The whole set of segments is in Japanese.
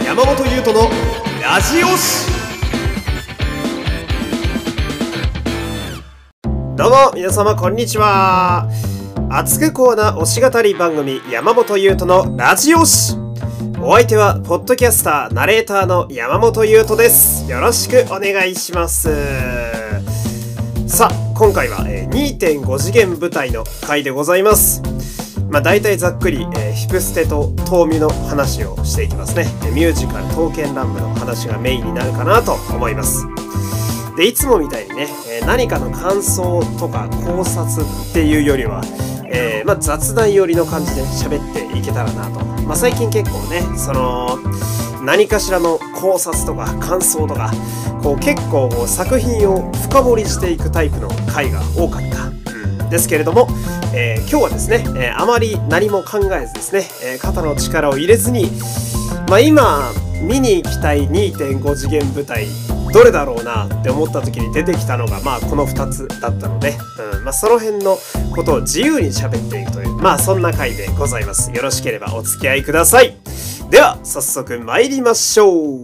山本優斗のラジオシ。どうも皆様こんにちは。熱くコアな推し語り番組山本優斗のラジオシ。お相手はポッドキャスターナレーターの山本優斗です。よろしくお願いします。さあ今回は 2.5 次元舞台の回でございます。大体ざっくり、ヒプステと豆乳の話をしていきますね。ミュージカル刀剣乱舞の話がメインになるかなと思います。でいつもみたいにね、何かの感想とか考察っていうよりは、雑談寄りの感じで喋っていけたらなと。最近結構ね、何かしらの考察とか感想とか結構作品を深掘りしていくタイプの回が多かった、ですけれども、今日はですね、あまり何も考えずですね、肩の力を入れずに、今見に行きたい 2.5 次元舞台どれだろうなって思った時に出てきたのがこの2つだったので、その辺のことを自由に喋っていくというそんな回でございます。よろしければお付き合いください。では早速参りましょう。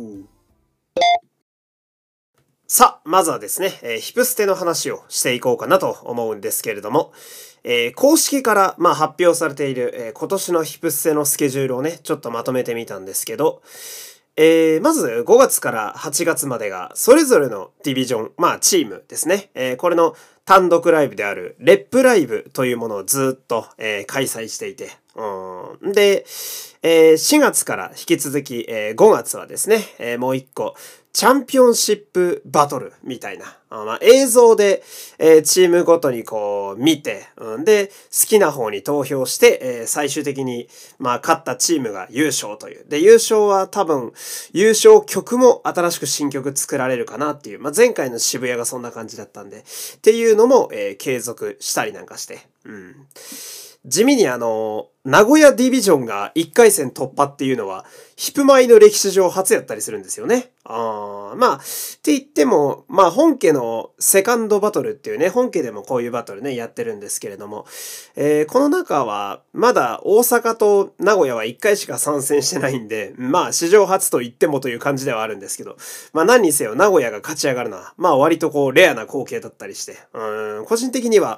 さあまずはですね、ヒプステの話をしていこうかなと思うんですけれども、公式から発表されている、今年のヒプステのスケジュールをねちょっとまとめてみたんですけど、まず5月から8月までがそれぞれのディビジョン、チームですね。これの単独ライブであるレップライブというものをずっと、開催していて、で、4月から引き続き、5月はですね、もう一個チャンピオンシップバトルみたいな、映像で、チームごとに見て、で好きな方に投票して、最終的に勝ったチームが優勝という。で優勝は多分優勝曲も新しく新曲作られるかなっていう、前回の渋谷がそんな感じだったんでっていうのも、継続したりなんかして、地味に名古屋ディビジョンが1回戦突破っていうのはヒプマイの歴史上初やったりするんですよね。って言っても本家のセカンドバトルっていうね、本家でもこういうバトルねやってるんですけれども、この中はまだ大阪と名古屋は1回しか参戦してないんで、史上初と言ってもという感じではあるんですけど、何にせよ名古屋が勝ち上がるのは割とレアな光景だったりして、個人的には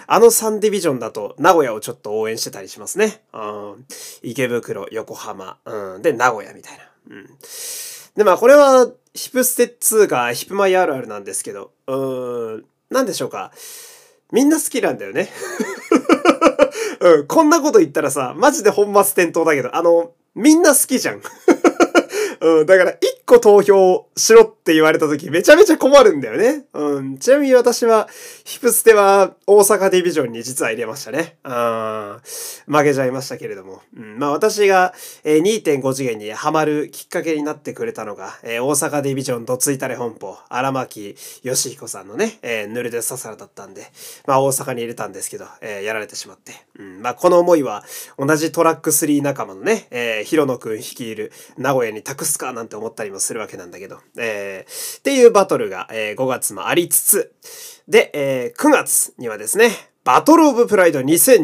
3ディビジョンだと名古屋をちょっと応援してたりしますね。池袋、横浜、で名古屋みたいな。でこれはヒプステ2かヒプマイあるあるなんですけど、なんでしょうか。みんな好きなんだよね。こんなこと言ったらさ、マジで本末転倒だけど、みんな好きじゃん。だから1個投票しろって言われた時めちゃめちゃ困るんだよね。ちなみに私はヒプステは大阪ディビジョンに実は入れましたね。負けちゃいましたけれども。私が 2.5 次元にハマるきっかけになってくれたのが、大阪ディビジョンどついたれ本舗荒牧義彦さんのね、ヌルデササラだったんで、大阪に入れたんですけど、やられてしまって。この思いは同じトラック3仲間のね、広野くん率いる名古屋に託すかなんて思ったりもするわけなんだけど、っていうバトルが、5月もありつつ、で、9月にはですね、バトルオブプライド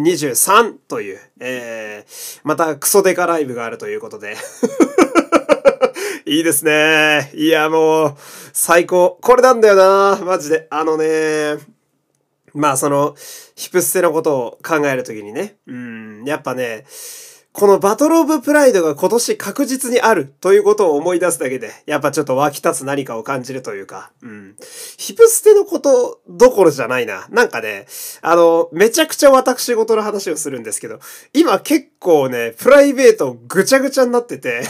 2023という、またクソデカライブがあるということで、いいですね。いやもう、最高。これなんだよな、マジで。ヒプステのことを考えるときにね、やっぱね、このバトルオブプライドが今年確実にあるということを思い出すだけで、やっぱちょっと湧き立つ何かを感じるというか、ヒプステのことどころじゃないな。なんかね、めちゃくちゃ私事の話をするんですけど、今結構ね、プライベートぐちゃぐちゃになってて、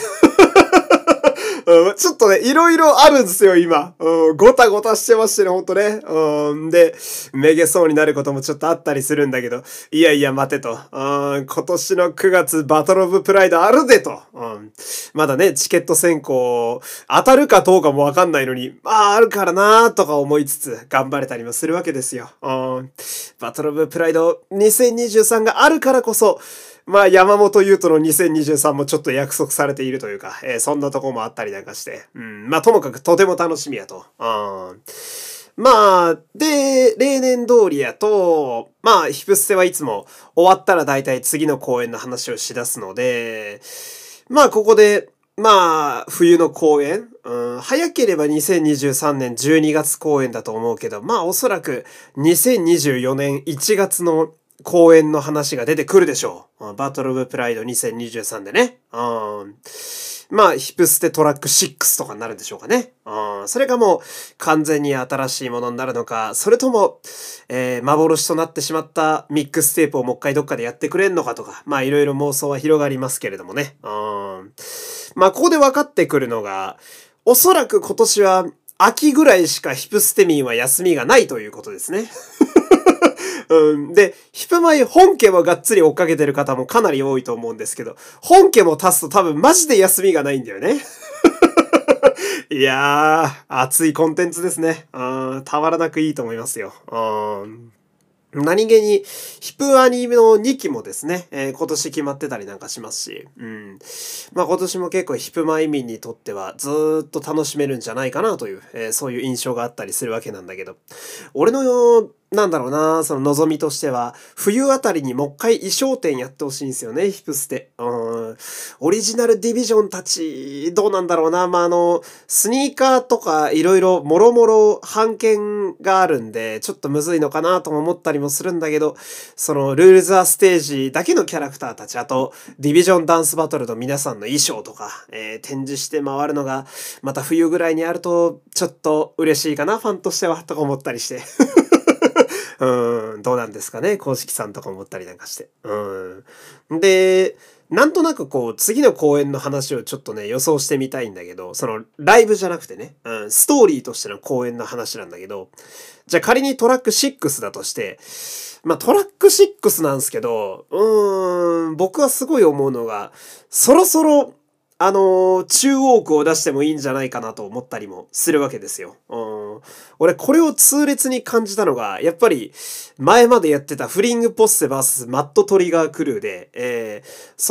ちょっとね、いろいろあるんですよ、今。ごたごたしてましてね、ほんとね。で、めげそうになることもちょっとあったりするんだけど、いやいや待てと。今年の9月バトルオブプライドあるでと。まだね、チケット選考当たるかどうかもわかんないのに、あるからなーとか思いつつ頑張れたりもするわけですよ。バトルオブプライド2023があるからこそ、山本優斗の2023もちょっと約束されているというか、そんなとこもあったりなんかして、ともかくとても楽しみやと。で、例年通りやと、ヒプステはいつも終わったら大体次の公演の話をしだすので、ここで、 まあ、冬の公演、早ければ2023年12月公演だと思うけど、まあおそらく2024年1月の公演の話が出てくるでしょう。バトルオブプライド2023でね。まあ、ヒプステトラック6とかになるんでしょうかね。それがもう完全に新しいものになるのか、それとも、幻となってしまったミックステープをもう一回どっかでやってくれんのかとか、まあいろいろ妄想は広がりますけれどもね。まあここで分かってくるのが、おそらく今年は秋ぐらいしかヒプステ民は休みがないということですね。で、ヒプマイ本家もがっつり追っかけてる方もかなり多いと思うんですけど、本家も足すと多分マジで休みがないんだよね。いやー、熱いコンテンツですね。たまらなくいいと思いますよ。何気に、ヒプアニメの2期もですね、今年決まってたりなんかしますし、まあ今年も結構ヒプマイ民にとってはずーっと楽しめるんじゃないかなという、そういう印象があったりするわけなんだけど、俺の、なんだろうな、その望みとしては、冬あたりにもう一回衣装展やってほしいんですよね、ヒプステ。オリジナルディビジョンたち、どうなんだろうな、まあスニーカーとかいろいろもろもろ版権があるんで、ちょっとむずいのかなとも思ったりもするんだけど、そのルールザーステージだけのキャラクターたち、あとディビジョンダンスバトルの皆さんの衣装とか、展示して回るのが、また冬ぐらいにあると、ちょっと嬉しいかな、ファンとしては、とか思ったりして。どうなんですかね、公式さんとか思ったりなんかして。で、なんとなくこう、次の公演の話をちょっとね、予想してみたいんだけど、その、ライブじゃなくてね、ストーリーとしての公演の話なんだけど、じゃあ仮にトラック6だとして、まあトラック6なんですけど、僕はすごい思うのが、そろそろ、中央区を出してもいいんじゃないかなと思ったりもするわけですよ。俺これを痛烈に感じたのが、やっぱり前までやってたフリングポッセ VS マットトリガークルーで、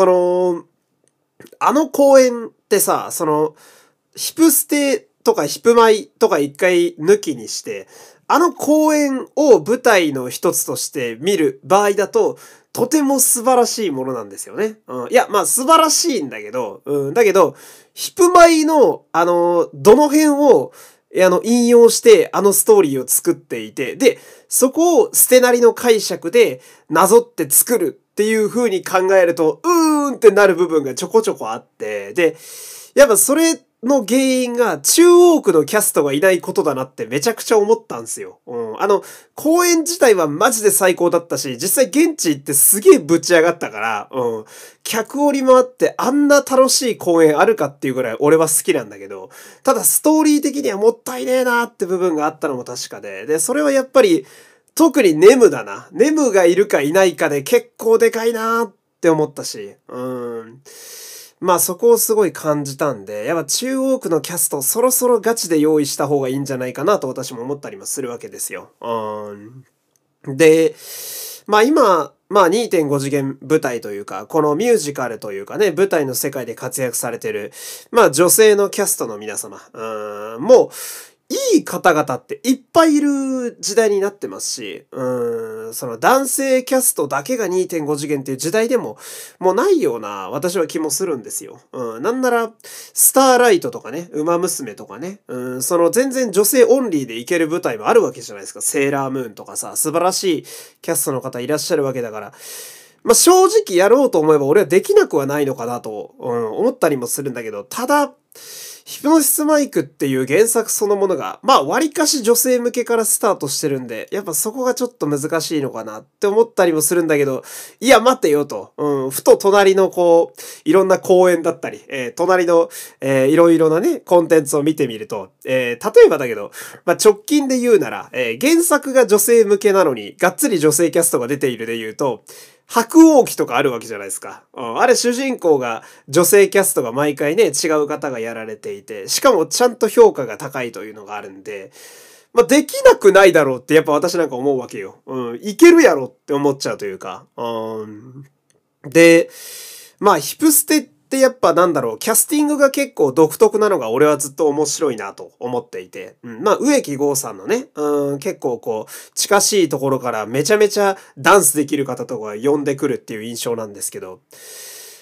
あの公演ってさ、ヒプステとかヒプマイとか一回抜きにして、あの公演を舞台の一つとして見る場合だと、とても素晴らしいものなんですよね。いや、まあ素晴らしいんだけど、だけど、ヒプマイの、どの辺を、引用して、あのストーリーを作っていて、で、そこを捨てなりの解釈でなぞって作るっていう風に考えると、ってなる部分がちょこちょこあって、で、やっぱそれの原因が中央区のキャストがいないことだなってめちゃくちゃ思ったんですよ。公演自体はマジで最高だったし、実際現地行ってすげえぶち上がったから、客折りもあってあんな楽しい公演あるかっていうぐらい俺は好きなんだけど、ただストーリー的にはもったいねえなって部分があったのも確かで、それはやっぱり特にネムだな。ネムがいるかいないかで結構でかいなって思ったし、まあそこをすごい感じたんで、やっぱ中央区のキャストそろそろガチで用意した方がいいんじゃないかなと私も思ったりもするわけですよ。で、まあ今、まあ2.5次元舞台というか、このミュージカルというかね、舞台の世界で活躍されてる、まあ女性のキャストの皆様、もう、いい方々っていっぱいいる時代になってますし、その男性キャストだけが2.5次元っていう時代でももうないような私は気もするんですよ。なんなら、スターライトとかね、馬娘とかね、その全然女性オンリーでいける舞台もあるわけじゃないですか。セーラームーンとかさ、素晴らしいキャストの方いらっしゃるわけだから、まあ、正直やろうと思えば俺はできなくはないのかなと、思ったりもするんだけど、ただ、ヒプノシスマイクっていう原作そのものが、まあ割かし女性向けからスタートしてるんで、やっぱそこがちょっと難しいのかなって思ったりもするんだけど、いや待てよと、ふと隣のこう、いろんな公演だったり、隣の、いろいろなね、コンテンツを見てみると、例えばだけど、まあ直近で言うなら、原作が女性向けなのに、がっつり女性キャストが出ているで言うと、白鸚記とかあるわけじゃないですか。あれ主人公が女性キャストが毎回ね、違う方がやられていて、しかもちゃんと評価が高いというのがあるんで、まあ、できなくないだろうってやっぱ私なんか思うわけよ。いけるやろって思っちゃうというか。で、まあ、ヒプステってやっぱなんだろう、キャスティングが結構独特なのが俺はずっと面白いなと思っていて。まあ、植木剛さんのね、結構こう、近しいところからめちゃめちゃダンスできる方とか呼んでくるっていう印象なんですけど、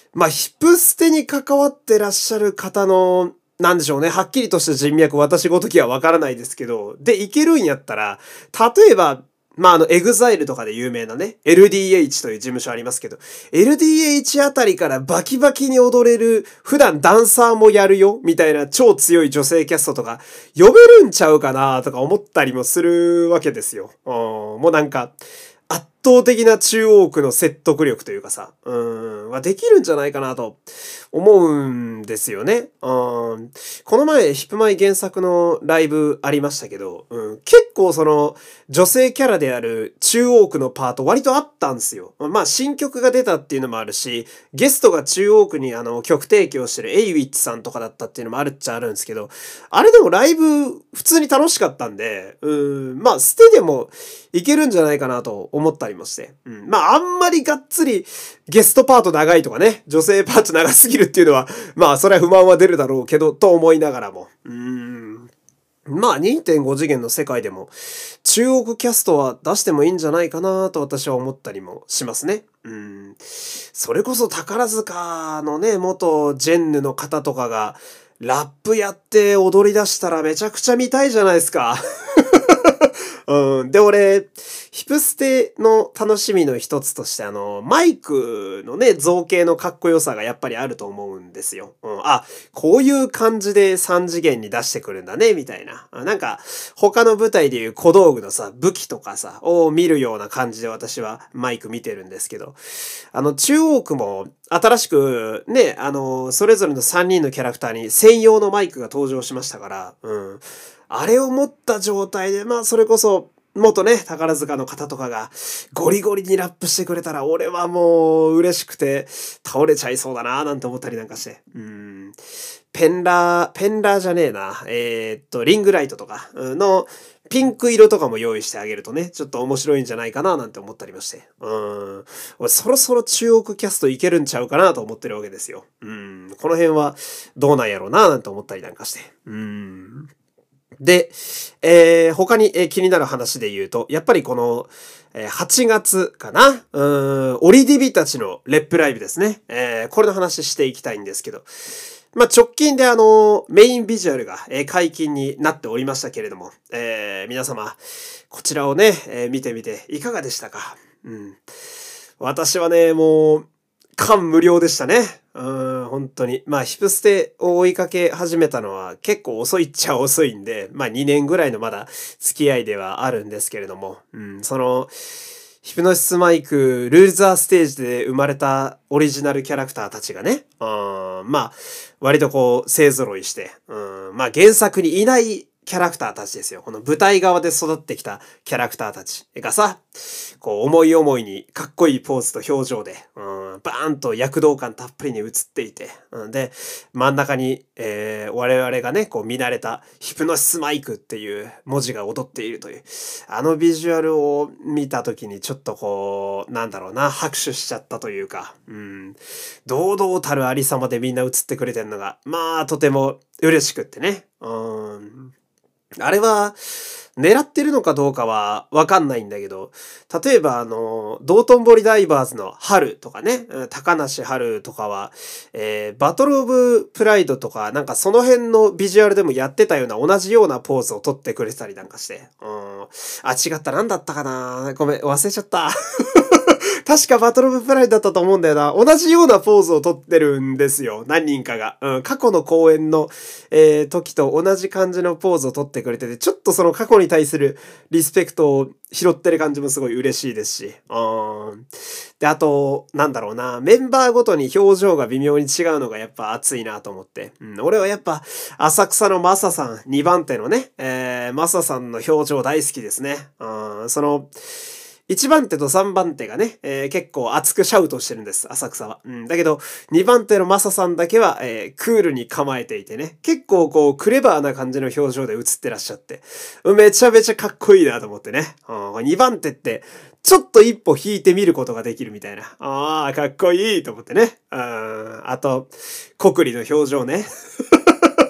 まあ、ヒプステに関わってらっしゃる方の、なんでしょうね。はっきりとした人脈、私ごときはわからないですけど、で、いけるんやったら、例えば、まあ、エグザイルとかで有名なね、LDH という事務所ありますけど、LDH あたりからバキバキに踊れる、普段ダンサーもやるよ、みたいな超強い女性キャストとか、呼べるんちゃうかな、とか思ったりもするわけですよ。もうなんか、圧倒的な中央区の説得力というかさ、はできるんじゃないかなと思うんですよね。この前、ヒップマイ原作のライブありましたけど、結構その女性キャラである中央区のパート割とあったんですよ。まあ新曲が出たっていうのもあるし、ゲストが中央区に曲提供してるエイウィッツさんとかだったっていうのもあるっちゃあるんですけど、あれでもライブ普通に楽しかったんで、まあ捨てでもいけるんじゃないかなと思ったりもして。まああんまりがっつりゲストパート長いとかね、女性パート長すぎるっていうのは、まあそれは不満は出るだろうけど、と思いながらも。まあ 2.5 次元の世界でも中国キャストは出してもいいんじゃないかなと私は思ったりもしますね。それこそ宝塚のね、元ジェンヌの方とかがラップやって踊り出したらめちゃくちゃ見たいじゃないですか。で、俺、ヒプステの楽しみの一つとして、マイクのね、造形のかっこよさがやっぱりあると思うんですよ。あ、こういう感じで3次元に出してくるんだね、みたいな。なんか、他の舞台でいう小道具のさ、武器とかさ、を見るような感じで私はマイク見てるんですけど、中央区も新しくね、それぞれの3人のキャラクターに専用のマイクが登場しましたから、あれを持った状態で、まあ、それこそ、元ね、宝塚の方とかが、ゴリゴリにラップしてくれたら、俺はもう、嬉しくて、倒れちゃいそうだななんて思ったりなんかして。ペンラーじゃねえな。リングライトとかの、ピンク色とかも用意してあげるとね、ちょっと面白いんじゃないかななんて思ったりまして。俺そろそろ中国キャストいけるんちゃうかなと思ってるわけですよ。この辺はどうなんやろうななんて思ったりなんかして。で、他に気になる話で言うと、やっぱりこの、8月かなオリディビたちのレップライブですね。これの話していきたいんですけど、まあ、直近でメインビジュアルが、解禁になっておりましたけれども、皆様、こちらをね、見てみていかがでしたか？私はね、もう、感無量でしたね。本当に。まあ、ヒプステを追いかけ始めたのは結構遅いっちゃ遅いんで、まあ2年ぐらいのまだ付き合いではあるんですけれども、その、ヒプノシスマイク、ルールザーステージで生まれたオリジナルキャラクターたちがね、まあ、割とこう、勢揃いして、まあ原作にいないキャラクターたちですよ。この舞台側で育ってきたキャラクターたちがさ、こう思い思いにかっこいいポーズと表情で、バーンと躍動感たっぷりに映っていて、で、真ん中に、我々がね、こう見慣れたヒプノシスマイクっていう文字が踊っているという、あのビジュアルを見た時にちょっとこう、なんだろうな、拍手しちゃったというか、堂々たるありさまでみんな映ってくれてるのが、まあ、とても嬉しくってね。あれは、狙ってるのかどうかはわかんないんだけど、例えば道頓堀ダイバーズの春とかね、高梨春とかは、バトルオブプライドとか、なんかその辺のビジュアルでもやってたような同じようなポーズを撮ってくれてたりなんかして。違った、なんだったかな、ごめん、忘れちゃった。確かバトルオブプライドだったと思うんだよな。同じようなポーズをとってるんですよ。何人かが。過去の公演の、時と同じ感じのポーズをとってくれてて、ちょっとその過去に対するリスペクトを拾ってる感じもすごい嬉しいですし。で、あと、なんだろうな。メンバーごとに表情が微妙に違うのがやっぱ熱いなと思って。俺はやっぱ、浅草のマサさん、2番手のね、マサさんの表情大好きですね。その、1番手と3番手がね、結構熱くシャウトしてるんです、浅草は。だけど、2番手のマサさんだけは、クールに構えていてね、結構こう、クレバーな感じの表情で映ってらっしゃって、めちゃめちゃかっこいいなと思ってね。2番手って、ちょっと一歩引いてみることができるみたいな。かっこいいと思ってね。あと、コクリの表情ね。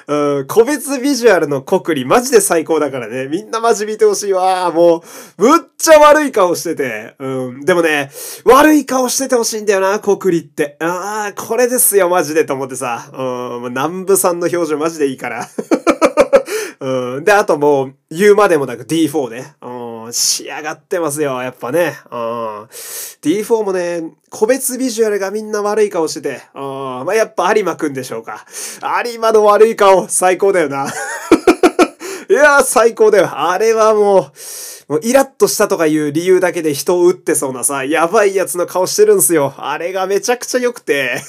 個別ビジュアルのコクリマジで最高だからね。みんなマジ見てほしいわ。もう、むっちゃ悪い顔してて。でもね、悪い顔しててほしいんだよな、コクリって。これですよ、マジでと思ってさ。もう南部さんの表情マジでいいから。で、あともう、言うまでもなく D4 ね。仕上がってますよ、やっぱね。D4 もね、個別ビジュアルがみんな悪い顔してて、やっぱ有馬くんでしょうか。有馬の悪い顔、最高だよな。いやー、最高だよ。あれはもうイラッとしたとかいう理由だけで人を撃ってそうなさ、やばいやつの顔してるんすよ。あれがめちゃくちゃ良くて。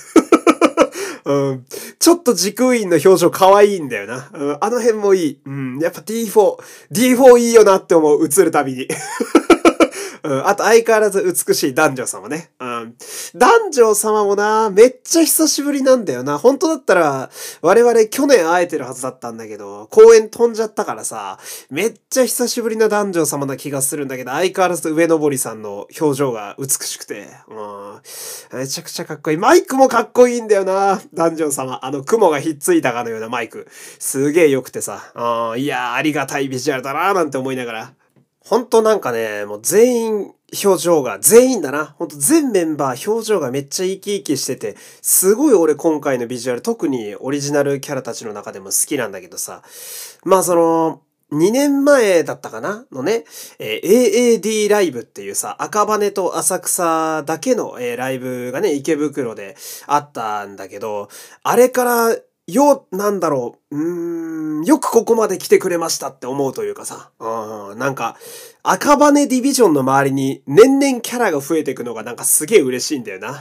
ちょっと時空院の表情可愛いんだよな。あの辺もいい。やっぱ D4 いいよなって思う、映るたびに。あと相変わらず美しい男女様ね。男女様もな、めっちゃ久しぶりなんだよな。本当だったら、我々去年会えてるはずだったんだけど、公園飛んじゃったからさ、めっちゃ久しぶりな男女様な気がするんだけど、相変わらず上登さんの表情が美しくて、めちゃくちゃかっこいい。マイクもかっこいいんだよな、男女様。雲がひっついたかのようなマイク。すげえ良くてさ、いやーありがたいビジュアルだなーなんて思いながら。ほんとなんかね、もう全員全員だな。ほんと全メンバー表情がめっちゃ生き生きしてて、すごい俺今回のビジュアル、特にオリジナルキャラたちの中でも好きなんだけどさ、2年前だったかなのね、AAD ライブっていうさ、赤羽と浅草だけの、ライブがね、池袋であったんだけど、あれからなんだろう、よくここまで来てくれましたって思うというかさ、なんか、赤羽ディビジョンの周りに年々キャラが増えていくのがなんかすげえ嬉しいんだよな。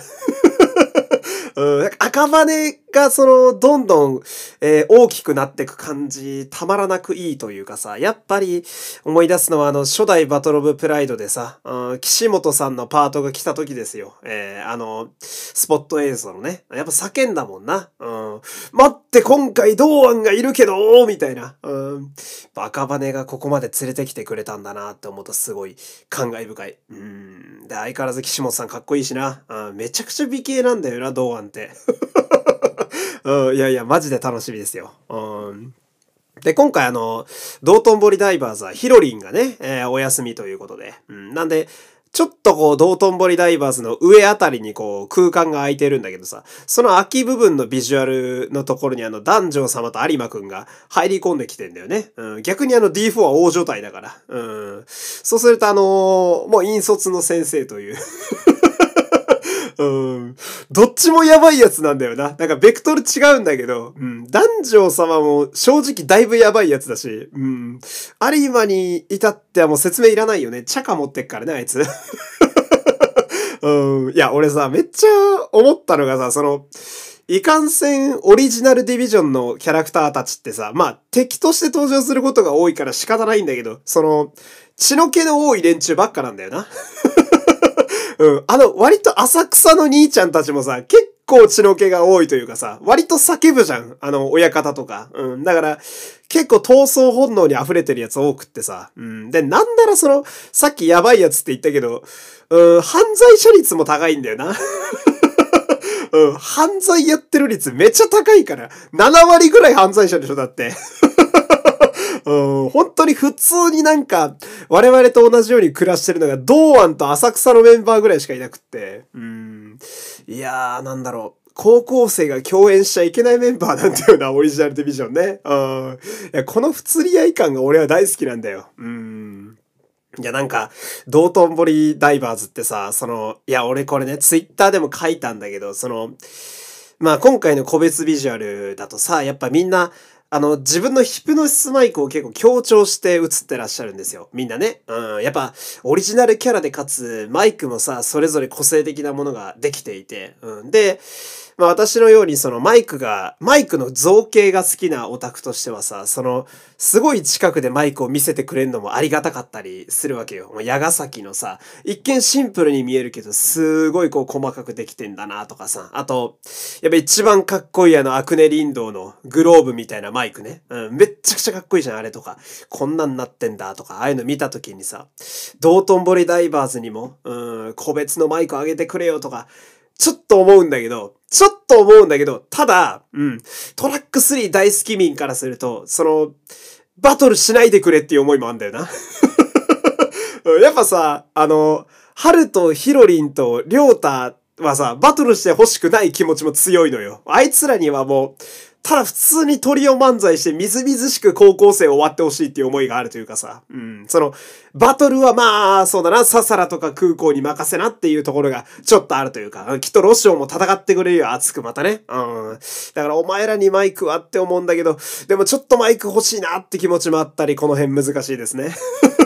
赤羽がどんどん、大きくなっていく感じ、たまらなくいいというかさ、やっぱり思い出すのは初代バトルオブプライドでさ、岸本さんのパートが来た時ですよ。スポット映像のね。やっぱ叫んだもんな。待って、今回堂安がいるけどみたいな。赤羽がここまで連れてきてくれたんだなって思うとすごい感慨深い。で、相変わらず岸本さんかっこいいしな。めちゃくちゃ美形なんだよな、堂安って。いやいや、マジで楽しみですよ。で、今回道頓堀ダイバーズはヒロリンがね、お休みということで。なんで、ちょっと道頓堀ダイバーズの上あたりに空間が空いてるんだけどさ、その空き部分のビジュアルのところに男女様と有馬くんが入り込んできてんだよね。逆にD4 は大所帯だから。そうするともう引率の先生という。どっちもやばいやつなんだよな。なんかベクトル違うんだけど、男女様も正直だいぶやばいやつだし、有馬に至ってはもう説明いらないよね。チャカ持ってっからね、あいつ。いや、俺さ、めっちゃ思ったのがさ、いかんせんオリジナルディビジョンのキャラクターたちってさ、敵として登場することが多いから仕方ないんだけど、血の気の多い連中ばっかなんだよな。割と浅草の兄ちゃんたちもさ、結構血の気が多いというかさ、割と叫ぶじゃん。親方とか。だから、結構闘争本能に溢れてるやつ多くってさ。で、なんならさっきやばいやつって言ったけど、犯罪者率も高いんだよな。犯罪やってる率めっちゃ高いから。7割ぐらい犯罪者でしょ、だって。本当に普通になんか、我々と同じように暮らしてるのが、堂安と浅草のメンバーぐらいしかいなくって。いやー、なんだろう。高校生が共演しちゃいけないメンバーなんだよな、オリジナルディビジョンね。いや、この不釣り合い感が俺は大好きなんだよ。いや、なんか、道頓堀ダイバーズってさ、いや、俺これね、ツイッターでも書いたんだけど、今回の個別ビジュアルだとさ、やっぱみんな、自分のヒプノシスマイクを結構強調して映ってらっしゃるんですよ。みんなね。やっぱ、オリジナルキャラでかつ、マイクもさ、それぞれ個性的なものができていて。で、私のようにマイクの造形が好きなオタクとしてはさ、すごい近くでマイクを見せてくれるのもありがたかったりするわけよ。矢ヶ崎のさ、一見シンプルに見えるけど、すごい細かくできてんだなとかさ、あと、やっぱ一番かっこいいアクネリンドウのグローブみたいなマイクね。めっちゃくちゃかっこいいじゃん、あれとか。こんなんなってんだとか、ああいうの見たときにさ、道頓堀ダイバーズにも、個別のマイクあげてくれよとか、 ちょっと思うんだけど、ただ、トラック3大好き民からすると、バトルしないでくれっていう思いもあんだよな。やっぱさ、ハルとヒロリンとリョータはさ、バトルして欲しくない気持ちも強いのよ。あいつらにはもう、ただ普通にトリオ漫才してみずみずしく高校生終わってほしいっていう思いがあるというかさ。バトルはまあ、そうだな、ササラとか空港に任せなっていうところがちょっとあるというか、きっとロシオも戦ってくれるよ、熱くまたね。だからお前らにマイクはって思うんだけど、でもちょっとマイク欲しいなって気持ちもあったり、この辺難しいですね。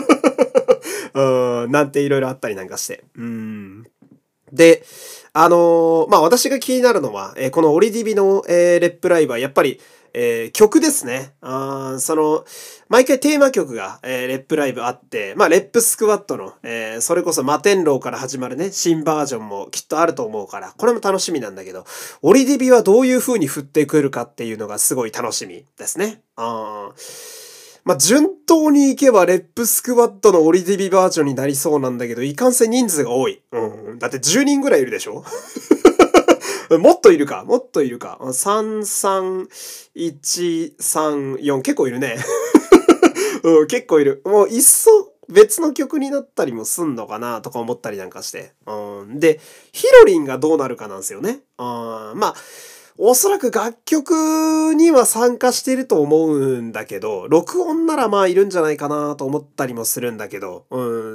なんていろいろあったりなんかして。で、まあ、私が気になるのは、このオリディビの、レップライブはやっぱり、曲ですね。毎回テーマ曲が、レップライブあって、まあ、レップスクワットの、それこそ摩天楼から始まるね、新バージョンもきっとあると思うから、これも楽しみなんだけど、オリディビはどういう風に振ってくるかっていうのがすごい楽しみですね。まあ、順当にいけばレップスクワットのオリディビバージョンになりそうなんだけど、いかんせん人数が多い。だって10人ぐらいいるでしょもっといるか。3、3、1、3、4。結構いるね。結構いる。もういっそ別の曲になったりもすんのかなとか思ったりなんかして。で、ヒロリンがどうなるかなんですよね。まあ、おそらく楽曲には参加してると思うんだけど、録音ならまあいるんじゃないかなと思ったりもするんだけど、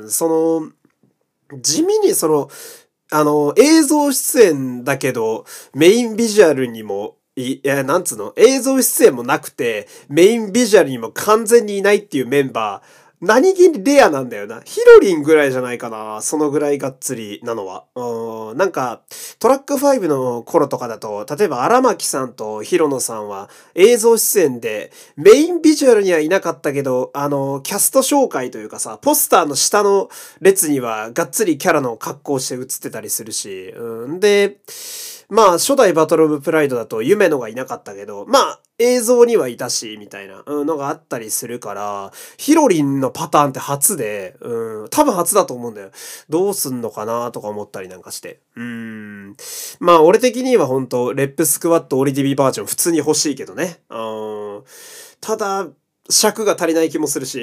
地味に映像出演だけど、メインビジュアルにも、なんつうの、映像出演もなくて、メインビジュアルにも完全にいないっていうメンバー、何気にレアなんだよな。ヒロリンぐらいじゃないかな。そのぐらいがっつりなのは。なんか、トラック5の頃とかだと、例えば荒牧さんとヒロノさんは映像出演で、メインビジュアルにはいなかったけど、キャスト紹介というかさ、ポスターの下の列にはがっつりキャラの格好して映ってたりするし、で、まあ、初代バトルオブプライドだと夢野がいなかったけど、まあ、映像にはいたし、みたいなのがあったりするから、ヒロリンのパターンって初で、多分初だと思うんだよ。どうすんのかなとか思ったりなんかして。まあ、俺的には本当レップスクワットオリディビバージョン普通に欲しいけどね。ただ、尺が足りない気もするし。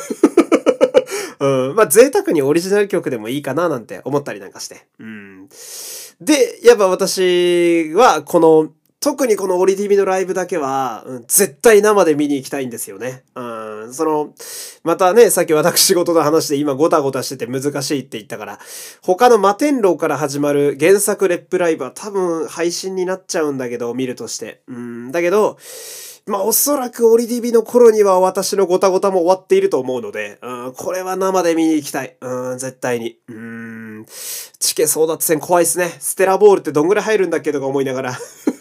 まあ、贅沢にオリジナル曲でもいいかななんて思ったりなんかして。で、やっぱ私は、特にこのオリディビのライブだけは、絶対生で見に行きたいんですよね。またね、さっき私事の話で今ゴタゴタしてて難しいって言ったから、他の摩天楼から始まる原作レップライブは多分配信になっちゃうんだけど、見るとして。だけど、まあおそらくオリディビの頃には私のゴタゴタも終わっていると思うので、これは生で見に行きたい。絶対に。チケ争奪戦怖いっすね。ステラボールってどんぐらい入るんだっけとか思いながら。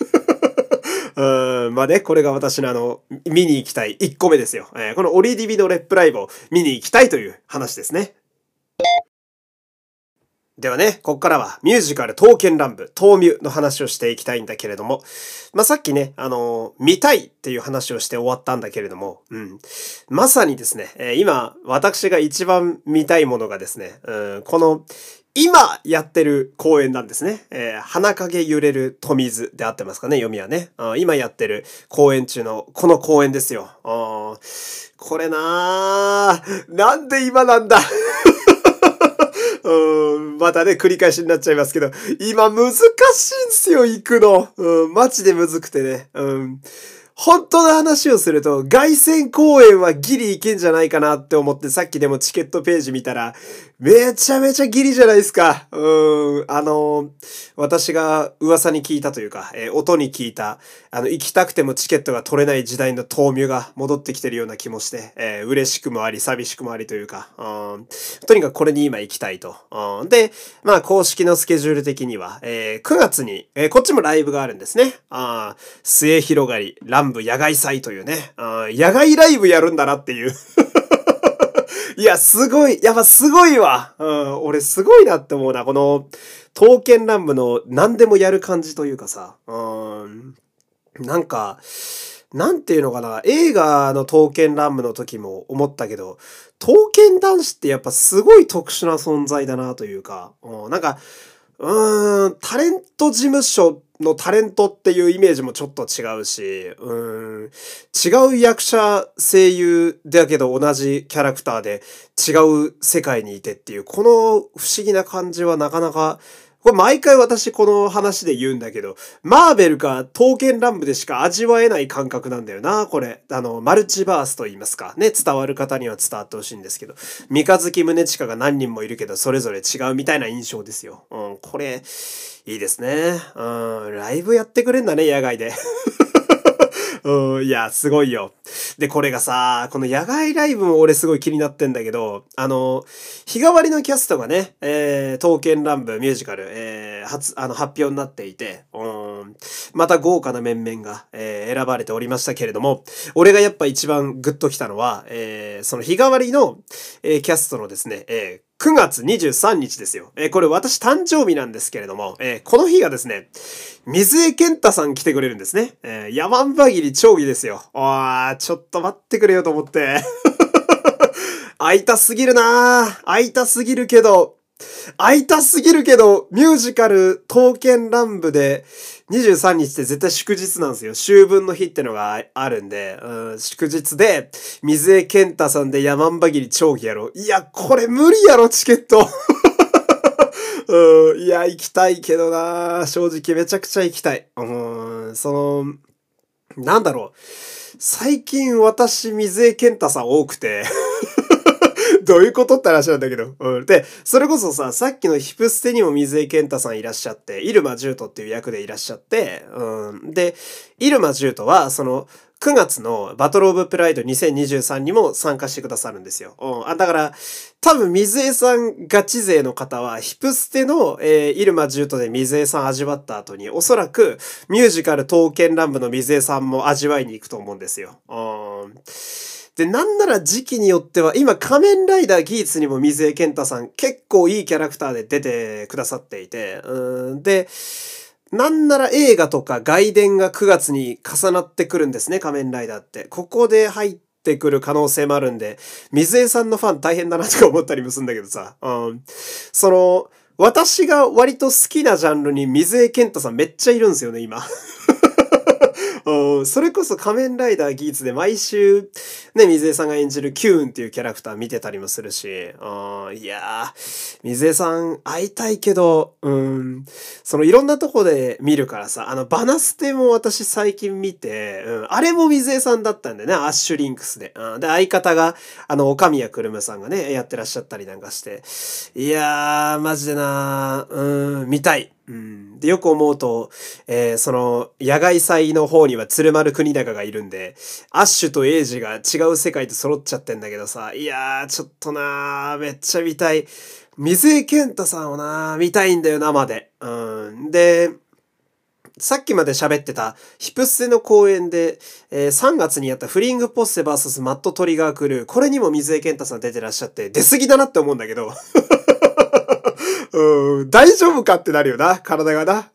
まあね、これが私の見に行きたい1個目ですよ。このオリディビのレップライブを見に行きたいという話ですね。ではね、ここからはミュージカル刀剣乱舞、刀ミュの話をしていきたいんだけれども、まあ、さっきね、見たいっていう話をして終わったんだけれども、まさにですね、今、私が一番見たいものがですね、この、今やってる公演なんですね。花影揺れる富水で合ってますかね、読みはね。今やってる公演中のこの公演ですよ。これなんで今なんだまたね、繰り返しになっちゃいますけど、今難しいんすよ、行くの。マジでむずくてね。本当の話をすると、凱旋公演はギリ行けんじゃないかなって思って、さっきでもチケットページ見たら、めちゃめちゃギリじゃないですか。私が噂に聞いたというか、音に聞いた、行きたくてもチケットが取れない時代の豆乳が戻ってきてるような気もして、嬉しくもあり、寂しくもありというか、とにかくこれに今行きたいと。で、まあ、公式のスケジュール的には、9月に、こっちもライブがあるんですね。末広がり、乱舞野外祭というね、野外ライブやるんだなっていう。いや、すごい。やっぱすごいわ。俺すごいなって思うな。この、刀剣乱舞の何でもやる感じというかさ。なんか、なんていうのかな。映画の刀剣乱舞の時も思ったけど、刀剣男子ってやっぱすごい特殊な存在だなというか。なんか、 タレント事務所のタレントっていうイメージもちょっと違うし、違う役者、声優だけど同じキャラクターで違う世界にいてっていう、この不思議な感じはなかなか、これ毎回私この話で言うんだけど、マーベルか刀剣乱舞でしか味わえない感覚なんだよな、これ。マルチバースと言いますか。ね、伝わる方には伝わってほしいんですけど、三日月宗近が何人もいるけど、それぞれ違うみたいな印象ですよ。これ、いいですね。ライブやってくれんだね、野外で。いや、すごいよ。で、これがさ、この野外ライブも俺すごい気になってんだけど、日替わりのキャストがね、刀剣乱舞ミュージカル、発表になっていて、また豪華な面々が、選ばれておりましたけれども、俺がやっぱ一番グッときたのは、その日替わりの、キャストのですね、9月23日ですよ。これ私誕生日なんですけれども、この日がですね、水江健太さん来てくれるんですね。山んばぎり長義ですよ。ちょっと待ってくれよと思って。会いたすぎるなぁ。会いたすぎるけど、ミュージカル、刀剣乱舞で、23日って絶対祝日なんですよ。秋分の日ってのがあるんで、祝日で、水江健太さんで山んばぎり長義やろ。いや、これ無理やろ、チケット。いや、行きたいけどな、正直めちゃくちゃ行きたい。なんだろう。最近私、水江健太さん多くて、どういうことって話なんだけど。で、それこそさ、さっきのヒプステにも水江健太さんいらっしゃって、入間獣人っていう役でいらっしゃって、で、入間獣人は、9月のバトルオブプライド2023にも参加してくださるんですよ。だから、多分水江さんガチ勢の方は、ヒプステの、入間獣人で水江さん味わった後に、おそらくミュージカル刀剣乱舞の水江さんも味わいに行くと思うんですよ。で、なんなら時期によっては、今仮面ライダーギーツにも水江健太さん結構いいキャラクターで出てくださっていて、で、なんなら映画とか外伝が9月に重なってくるんですね、仮面ライダーって。ここで入ってくる可能性もあるんで、水江さんのファン大変だなとか思ったりもするんだけどさ、私が割と好きなジャンルに水江健太さんめっちゃいるんですよね、今。それこそ仮面ライダーギーツで毎週、ね、水江さんが演じるキューンっていうキャラクター見てたりもするし、いやー、水江さん会いたいけど、いろんなとこで見るからさ、バナステも私最近見て、あれも水江さんだったんだよね、アッシュリンクスで。で、相方が、岡宮くるむさんがね、やってらっしゃったりなんかして、いやー、マジでなー、見たい。で、よく思うと、野外祭の方には鶴丸国高がいるんで、アッシュとエイジが違う世界と揃っちゃってんだけどさ、いやー、ちょっとなー、めっちゃ見たい。水江健太さんをなー、見たいんだよ、生で。で、さっきまで喋ってたヒプステの公演で、3月にやったフリングポッセ VS マットトリガークルー、これにも水江健太さん出てらっしゃって、出過ぎだなって思うんだけど。大丈夫かってなるよな、体がな。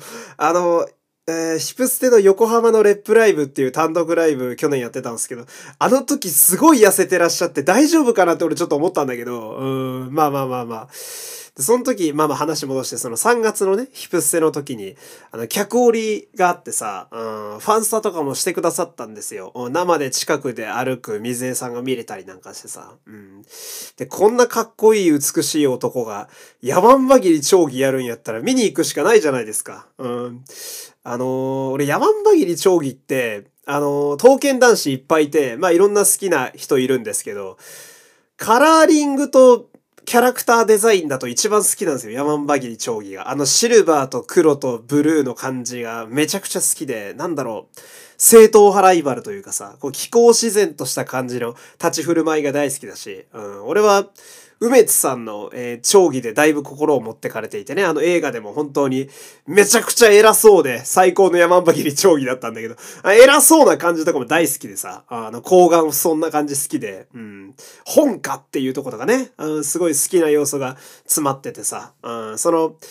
ヒプステの横浜のレップライブっていう単独ライブ去年やってたんですけど、あの時すごい痩せてらっしゃって大丈夫かなって俺ちょっと思ったんだけど、まあまあまあまあ。で、その時、まあまあ話戻して、その3月のね、ヒプステの時に、客折りがあってさ、ファンスタとかもしてくださったんですよ。生で近くで歩く水江さんが見れたりなんかしてさ。で、こんなかっこいい美しい男が、山んばぎり長義やるんやったら見に行くしかないじゃないですか。俺山んばぎり長義って、刀剣男子いっぱいいて、まあいろんな好きな人いるんですけど、カラーリングとキャラクターデザインだと一番好きなんですよ。山んばぎり長義が。シルバーと黒とブルーの感じがめちゃくちゃ好きで、なんだろう。正統派ライバルというかさ、こう気候自然とした感じの立ち振る舞いが大好きだし、俺は、梅津さんの、長義でだいぶ心を持ってかれていてね、映画でも本当にめちゃくちゃ偉そうで最高の山んばぎり長義だったんだけど、偉そうな感じとかも大好きでさ、後眼そんな感じ好きで、本家っていうところがね、すごい好きな要素が詰まっててさ、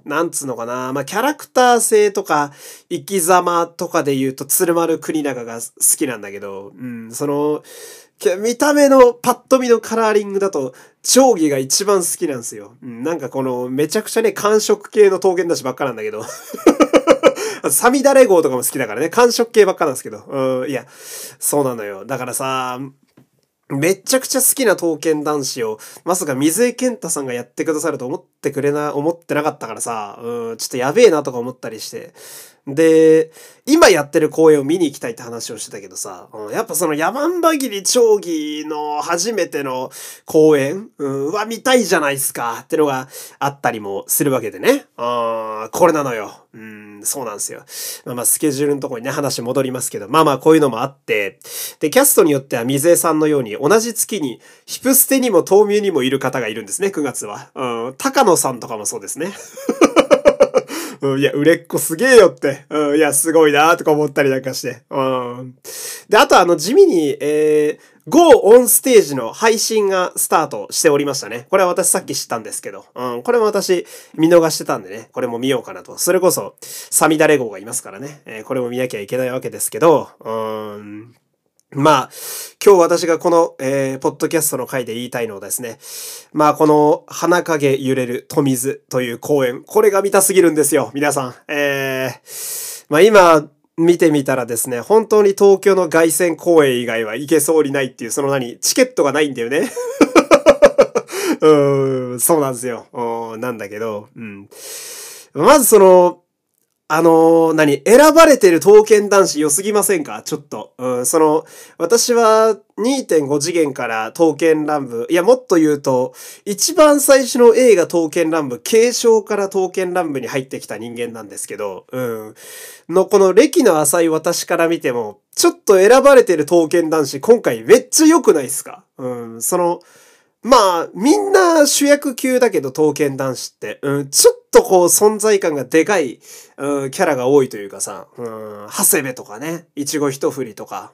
なんつうのかな。まあ、キャラクター性とか、生き様とかで言うと、鶴丸国長が好きなんだけど、見た目のパッと見のカラーリングだと、定規が一番好きなんですよ。なんかこの、めちゃくちゃね、寒色系の刀剣だしばっかなんだけど。サミダレ号とかも好きだからね、寒色系ばっかなんですけど。いや、そうなのよ。だからさ、めっちゃくちゃ好きな刀剣男子を、まさか水江健太さんがやってくださると思ってなかったからさ、ちょっとやべえなとか思ったりして。で、今やってる公演を見に行きたいって話をしてたけどさ、やっぱその山姥切丁義の初めての公演、は見たいじゃないですかってのがあったりもするわけでね。これなのよ。そうなんですよ。スケジュールのところにね、話戻りますけど、こういうのもあって、で、キャストによっては水江さんのように同じ月にヒプステにも豆乳にもいる方がいるんですね、9月は。高野さんとかもそうですね。いや、売れっ子すげえよって。いや、すごいなーとか思ったりなんかして。で、あと地味に、Go オンステージの配信がスタートしておりましたね。これは私さっき知ったんですけど。これも私見逃してたんでね。これも見ようかなと。それこそ、サミダレ号がいますからね。これも見なきゃいけないわけですけど、今日私がこの、ポッドキャストの回で言いたいのはですね。この、花影揺れる富水という公演。これが見たすぎるんですよ、皆さん。今、見てみたらですね、本当に東京の凱旋公演以外は行けそうにないっていう、チケットがないんだよね。そうなんですよ。なんだけど、まず選ばれてる刀剣男子良すぎませんかちょっと。私は2.5 次元から刀剣乱舞、いやもっと言うと、一番最初の映画刀剣乱舞、継承から刀剣乱舞に入ってきた人間なんですけど、この歴の浅い私から見ても、ちょっと選ばれてる刀剣男子、今回めっちゃ良くないですかみんな主役級だけど、刀剣男子って、ちょっと存在感がでかい、キャラが多いというかさ、長谷部とかね、いちご一振りとか、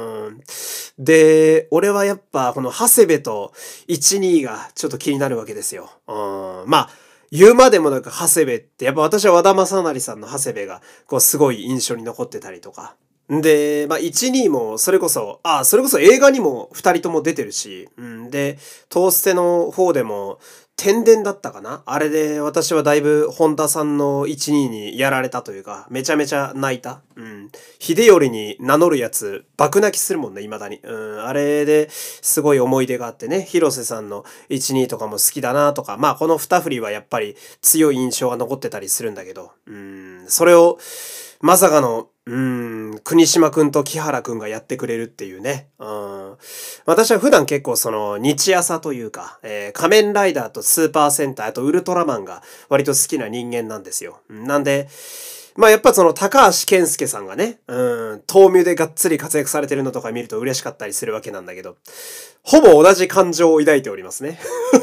で、俺はやっぱ、この長谷部と12がちょっと気になるわけですよ。言うまでもなく長谷部って、やっぱ私は和田正成さんの長谷部が、すごい印象に残ってたりとか、で、1、2も、それこそ映画にも二人とも出てるし、で、トーステの方でも、天然だったかなあれで私はだいぶ本田さんの1、2にやられたというか、めちゃめちゃ泣いた。秀頼に名乗るやつ、爆泣きするもんね、未だに。あれですごい思い出があってね、広瀬さんの1、2とかも好きだなとか、この二振りはやっぱり強い印象が残ってたりするんだけど、それを、まさかの、国島くんと木原くんがやってくれるっていうね。私は普段結構日朝というか、仮面ライダーとスーパーセンター、あとウルトラマンが割と好きな人間なんですよ。なんで、やっぱ高橋健介さんがね、豆乳でがっつり活躍されてるのとか見ると嬉しかったりするわけなんだけど、ほぼ同じ感情を抱いておりますね。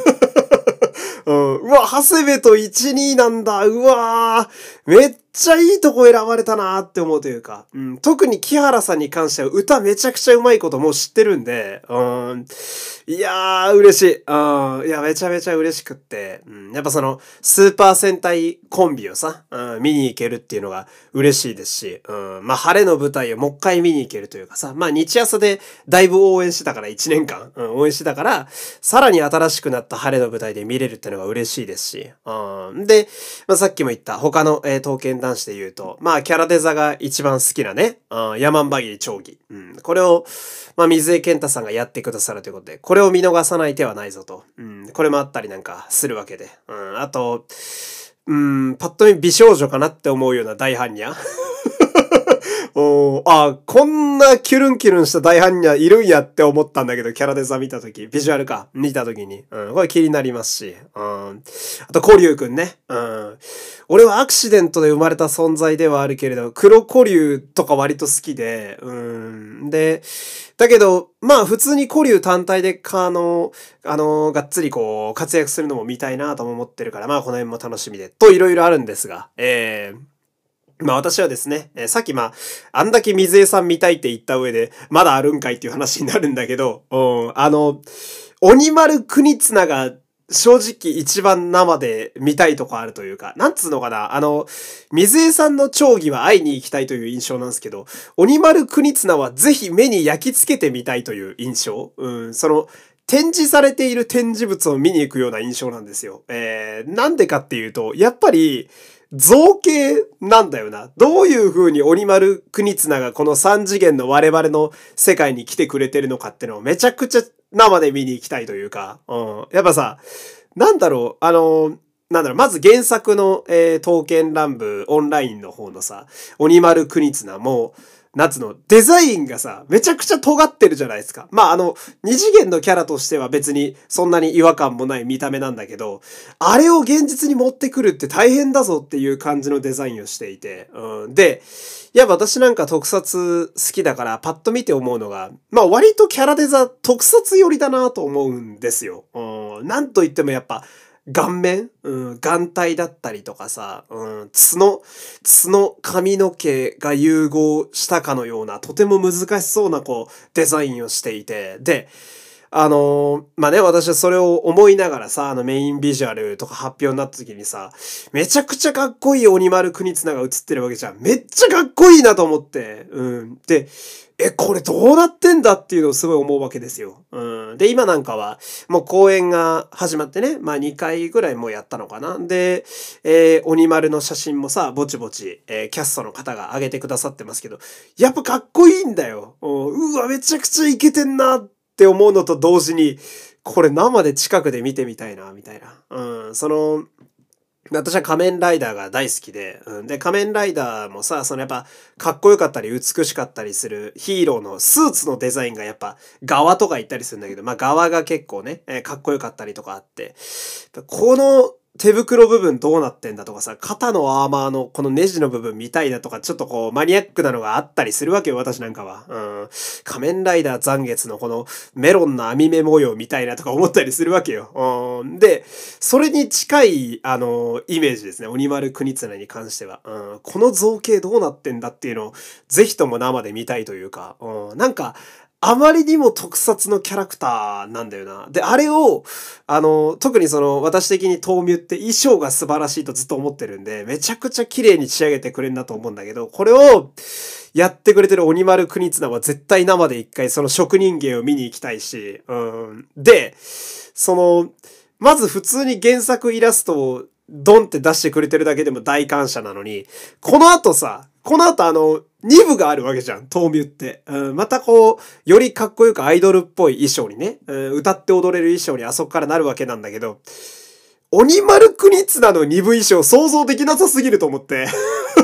うわ、長谷部と1、2なんだ。うわー、めっちゃいいとこ選ばれたなーって思うというか、特に木原さんに関しては歌めちゃくちゃうまいこともう知ってるんで、いやー、嬉しい。いや、めちゃめちゃ嬉しくって、やっぱスーパー戦隊コンビをさ、見に行けるっていうのが嬉しいですし、晴れの舞台をもう一回見に行けるというかさ、日朝でだいぶ応援してたから1年間、応援してたから、さらに新しくなった晴れの舞台で見れるっていうのが嬉しいですし、で、さっきも言った他の、刀剣男子で言うと、キャラデザが一番好きなね、山姥切丁義。これを、水江健太さんがやってくださるということで、これを見逃さない手はないぞと。これもあったりなんかするわけで。あと、パッと見美少女かなって思うような大般若。こんなキュルンキュルンした大般若いるんやって思ったんだけど、キャラデザ見たとき、ビジュアルか、見たときに。これ気になりますし。あと、古龍くんね。俺はアクシデントで生まれた存在ではあるけれど、黒古龍とか割と好きで、で、だけど、普通に古龍単体で、がっつり活躍するのも見たいなとも思ってるから、この辺も楽しみで、といろいろあるんですが、私はですね、さっきあんだけ水江さん見たいって言った上で、まだあるんかいっていう話になるんだけど、鬼丸国綱が、 正直一番生で見たいとこあるというか、なんつうのかな、水江さんの長義は会いに行きたいという印象なんですけど、鬼丸国綱はぜひ目に焼き付けてみたいという印象。展示されている展示物を見に行くような印象なんですよ。なんでかっていうと、やっぱり、造形なんだよな。どういう風に鬼丸国綱がこの三次元の我々の世界に来てくれてるのかってのをめちゃくちゃ生で見に行きたいというか、やっぱさ、まず原作の、刀剣乱舞オンラインの方のさ、鬼丸国綱も、デザインがさ、めちゃくちゃ尖ってるじゃないですか。二次元のキャラとしては別にそんなに違和感もない見た目なんだけど、あれを現実に持ってくるって大変だぞっていう感じのデザインをしていて、で、いや、私なんか特撮好きだからパッと見て思うのが、割とキャラデザ特撮寄りだなと思うんですよ。なんといってもやっぱ、顔面、眼帯だったりとかさ、角、髪の毛が融合したかのような、とても難しそうなデザインをしていて、で、私はそれを思いながらさ、メインビジュアルとか発表になった時にさ、めちゃくちゃかっこいい鬼丸国綱が映ってるわけじゃん。めっちゃかっこいいなと思って。で、これどうなってんだっていうのをすごい思うわけですよ。で、今なんかは、もう公演が始まってね、2回ぐらいもうやったのかな。で、鬼丸の写真もさ、ぼちぼち、キャストの方が上げてくださってますけど、やっぱかっこいいんだよ。うわ、めちゃくちゃイケてんなって思うのと同時に、これ生で近くで見てみたいな、みたいな。私は仮面ライダーが大好きで、で、仮面ライダーもさ、やっぱ、かっこよかったり美しかったりするヒーローのスーツのデザインがやっぱ、側とか言ったりするんだけど、側が結構ね、かっこよかったりとかあって、この手袋部分どうなってんだとかさ、肩のアーマーのこのネジの部分見たいなとか、ちょっとマニアックなのがあったりするわけよ、私なんかは。仮面ライダー残月のこのメロンの網目模様みたいなとか思ったりするわけよ。で、それに近い、イメージですね。鬼丸国綱に関しては。この造形どうなってんだっていうのを、ぜひとも生で見たいというか、なんか、あまりにも特撮のキャラクターなんだよな。で、あれを、特に私的に豆乳って衣装が素晴らしいとずっと思ってるんで、めちゃくちゃ綺麗に仕上げてくれんなと思うんだけど、これを、やってくれてる鬼丸国綱は絶対生で一回その職人芸を見に行きたいし、で、まず普通に原作イラストをドンって出してくれてるだけでも大感謝なのに、この後2部があるわけじゃん、豆乳って。またよりかっこよくアイドルっぽい衣装にね、歌って踊れる衣装にあそこからなるわけなんだけど、鬼丸国綱の2部衣装想像できなさすぎると思って。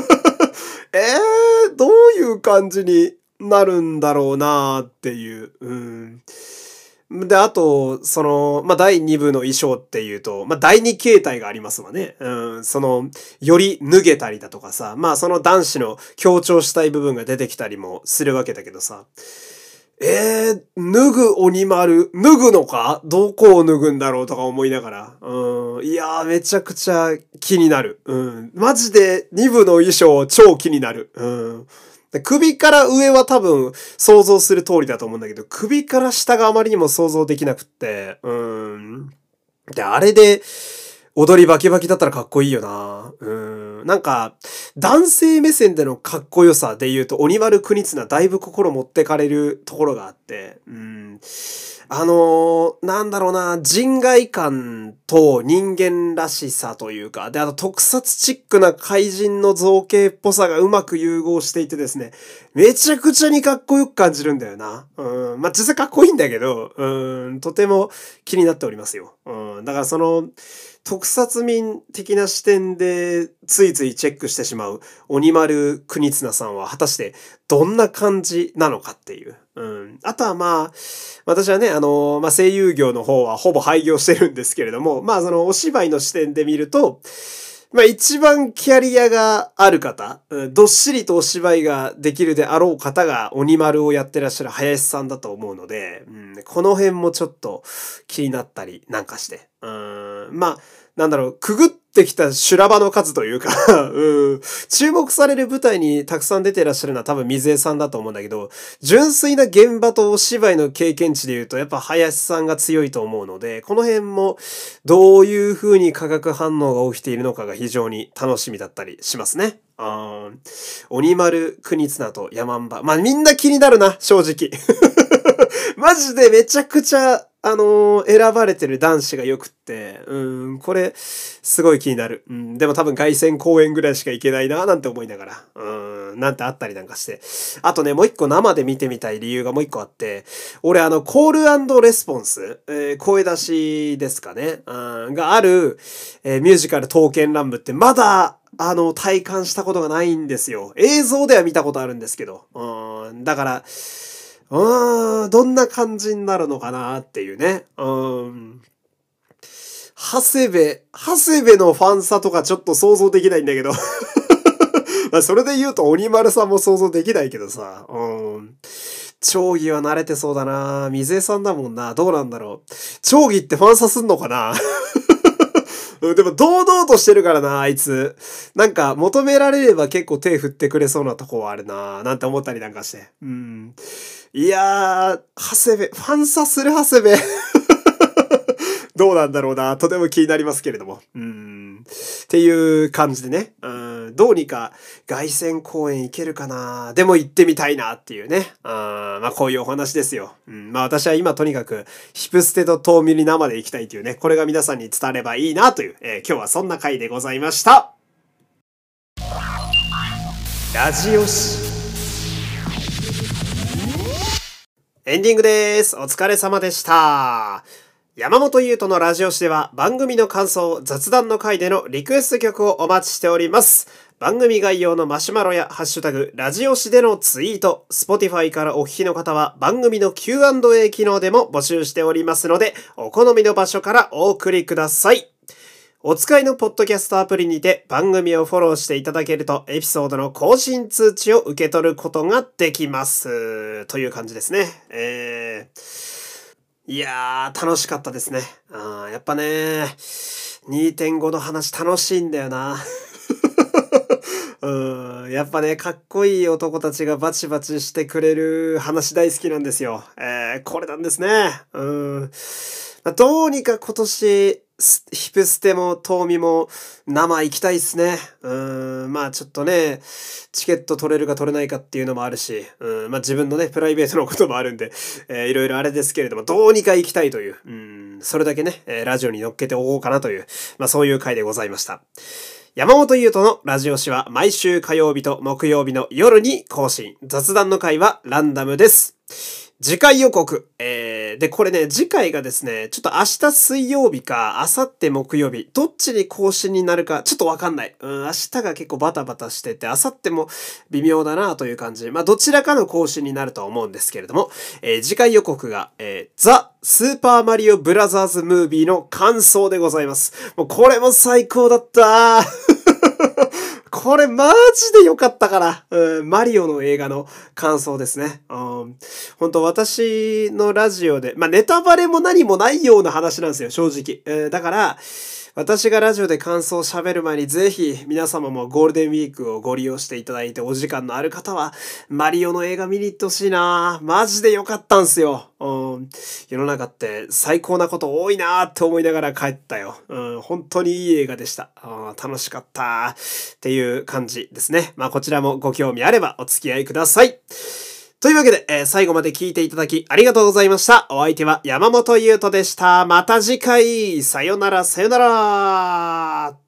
どういう感じになるんだろうなっていう。で、あと、第2部の衣装っていうと、第2形態がありますわね。より脱げたりだとかさ、その男子の強調したい部分が出てきたりもするわけだけどさ、脱ぐ鬼丸、脱ぐのかどこを脱ぐんだろうとか思いながら。いやー、めちゃくちゃ気になる。マジで2部の衣装超気になる。首から上は多分想像する通りだと思うんだけど、首から下があまりにも想像できなくって、で、あれで、踊りバキバキだったらかっこいいよな。なんか、男性目線でのかっこよさで言うと、鬼丸国綱だいぶ心持ってかれるところがあって、なんだろうな、人外感と人間らしさというか、で、あと特撮チックな怪人の造形っぽさがうまく融合していてですね、めちゃくちゃにかっこよく感じるんだよな。実際かっこいいんだけど、とても気になっておりますよ。だから特撮民的な視点でついついチェックしてしまう鬼丸国綱さんは果たしてどんな感じなのかっていう。あとは私はね、声優業の方はほぼ廃業してるんですけれども、お芝居の視点で見ると、一番キャリアがある方、どっしりとお芝居ができるであろう方が鬼丸をやってらっしゃる林さんだと思うので、この辺もちょっと気になったりなんかして。くぐってってきた修羅場の数というか注目される舞台にたくさん出てらっしゃるのは多分水江さんだと思うんだけど、純粋な現場とお芝居の経験値で言うとやっぱ林さんが強いと思うので、この辺もどういう風に化学反応が起きているのかが非常に楽しみだったりしますね。鬼丸国綱と山んば。まあ、みんな気になるな、正直。マジでめちゃくちゃ、選ばれてる男子が良くって、これ、すごい気になる。でも多分凱旋公演ぐらいしか行けないな、なんて思いながら、なんてあったりなんかして。あとね、もう一個生で見てみたい理由がもう一個あって、俺コール&レスポンス、声出しですかね、がある、ミュージカル刀剣乱舞ってまだ、体感したことがないんですよ。映像では見たことあるんですけど。だから、どんな感じになるのかなっていうね。長谷部のファンサとかちょっと想像できないんだけど。まあそれで言うと鬼丸さんも想像できないけどさ。長義は慣れてそうだな。水江さんだもんな。どうなんだろう。長義ってファンサすんのかな。でも堂々としてるからな、あいつ。なんか求められれば結構手振ってくれそうなとこはあるな、なんて思ったりなんかして。いやー、長谷部、ファンサする長谷部。どうなんだろうな、とても気になりますけれども。っていう感じでね。どうにか凱旋公演行けるかな。でも行ってみたいなっていうね。まあこういうお話ですよ。まあ私は今とにかくヒプステとトーミリ生で行きたいというね。これが皆さんに伝わればいいなという、今日はそんな回でございました。ラジオシ。エンディングです。お疲れ様でした。山本優斗のラジオ誌では番組の感想、雑談の回でのリクエスト曲をお待ちしております。番組概要のマシュマロやハッシュタグ、ラジオ誌でのツイート、Spotify からお聞きの方は番組の Q&A 機能でも募集しておりますので、お好みの場所からお送りください。お使いのポッドキャストアプリにて番組をフォローしていただけるとエピソードの更新通知を受け取ることができます。という感じですね。いやー、楽しかったですね。やっぱね、2.5 の話楽しいんだよな。やっぱね、かっこいい男たちがバチバチしてくれる話大好きなんですよ。これなんですね。どうにか今年、ヒプステもトーミも生行きたいっすね。まあちょっとね、チケット取れるか取れないかっていうのもあるし、まあ自分のね、プライベートのこともあるんで、いろいろあれですけれども、どうにか行きたいという、それだけね、ラジオに乗っけておこうかなという、まあそういう回でございました。山本優斗のラジオ誌は毎週火曜日と木曜日の夜に更新。雑談の回はランダムです。次回予告。で、これね、次回がですね、ちょっと明日水曜日か、明後日木曜日、どっちに更新になるか、ちょっとわかんない。明日が結構バタバタしてて、明後日も微妙だなという感じ。まあ、どちらかの更新になるとは思うんですけれども、次回予告が、ザ・スーパーマリオブラザーズムービーの感想でございます。もうこれも最高だったこれマジで良かったから、マリオの映画の感想ですね。本当私のラジオで、まあ、ネタバレも何もないような話なんですよ、正直。だから、私がラジオで感想を喋る前にぜひ皆様もゴールデンウィークをご利用していただいてお時間のある方はマリオの映画見に行ってほしいな。マジで良かったんすよ。世の中って最高なこと多いなって思いながら帰ったよ。本当にいい映画でした。楽しかったっていう感じですね。まあこちらもご興味あればお付き合いください。というわけで、最後まで聞いていただきありがとうございました。お相手は山本優斗でした。また次回、さよならさよなら。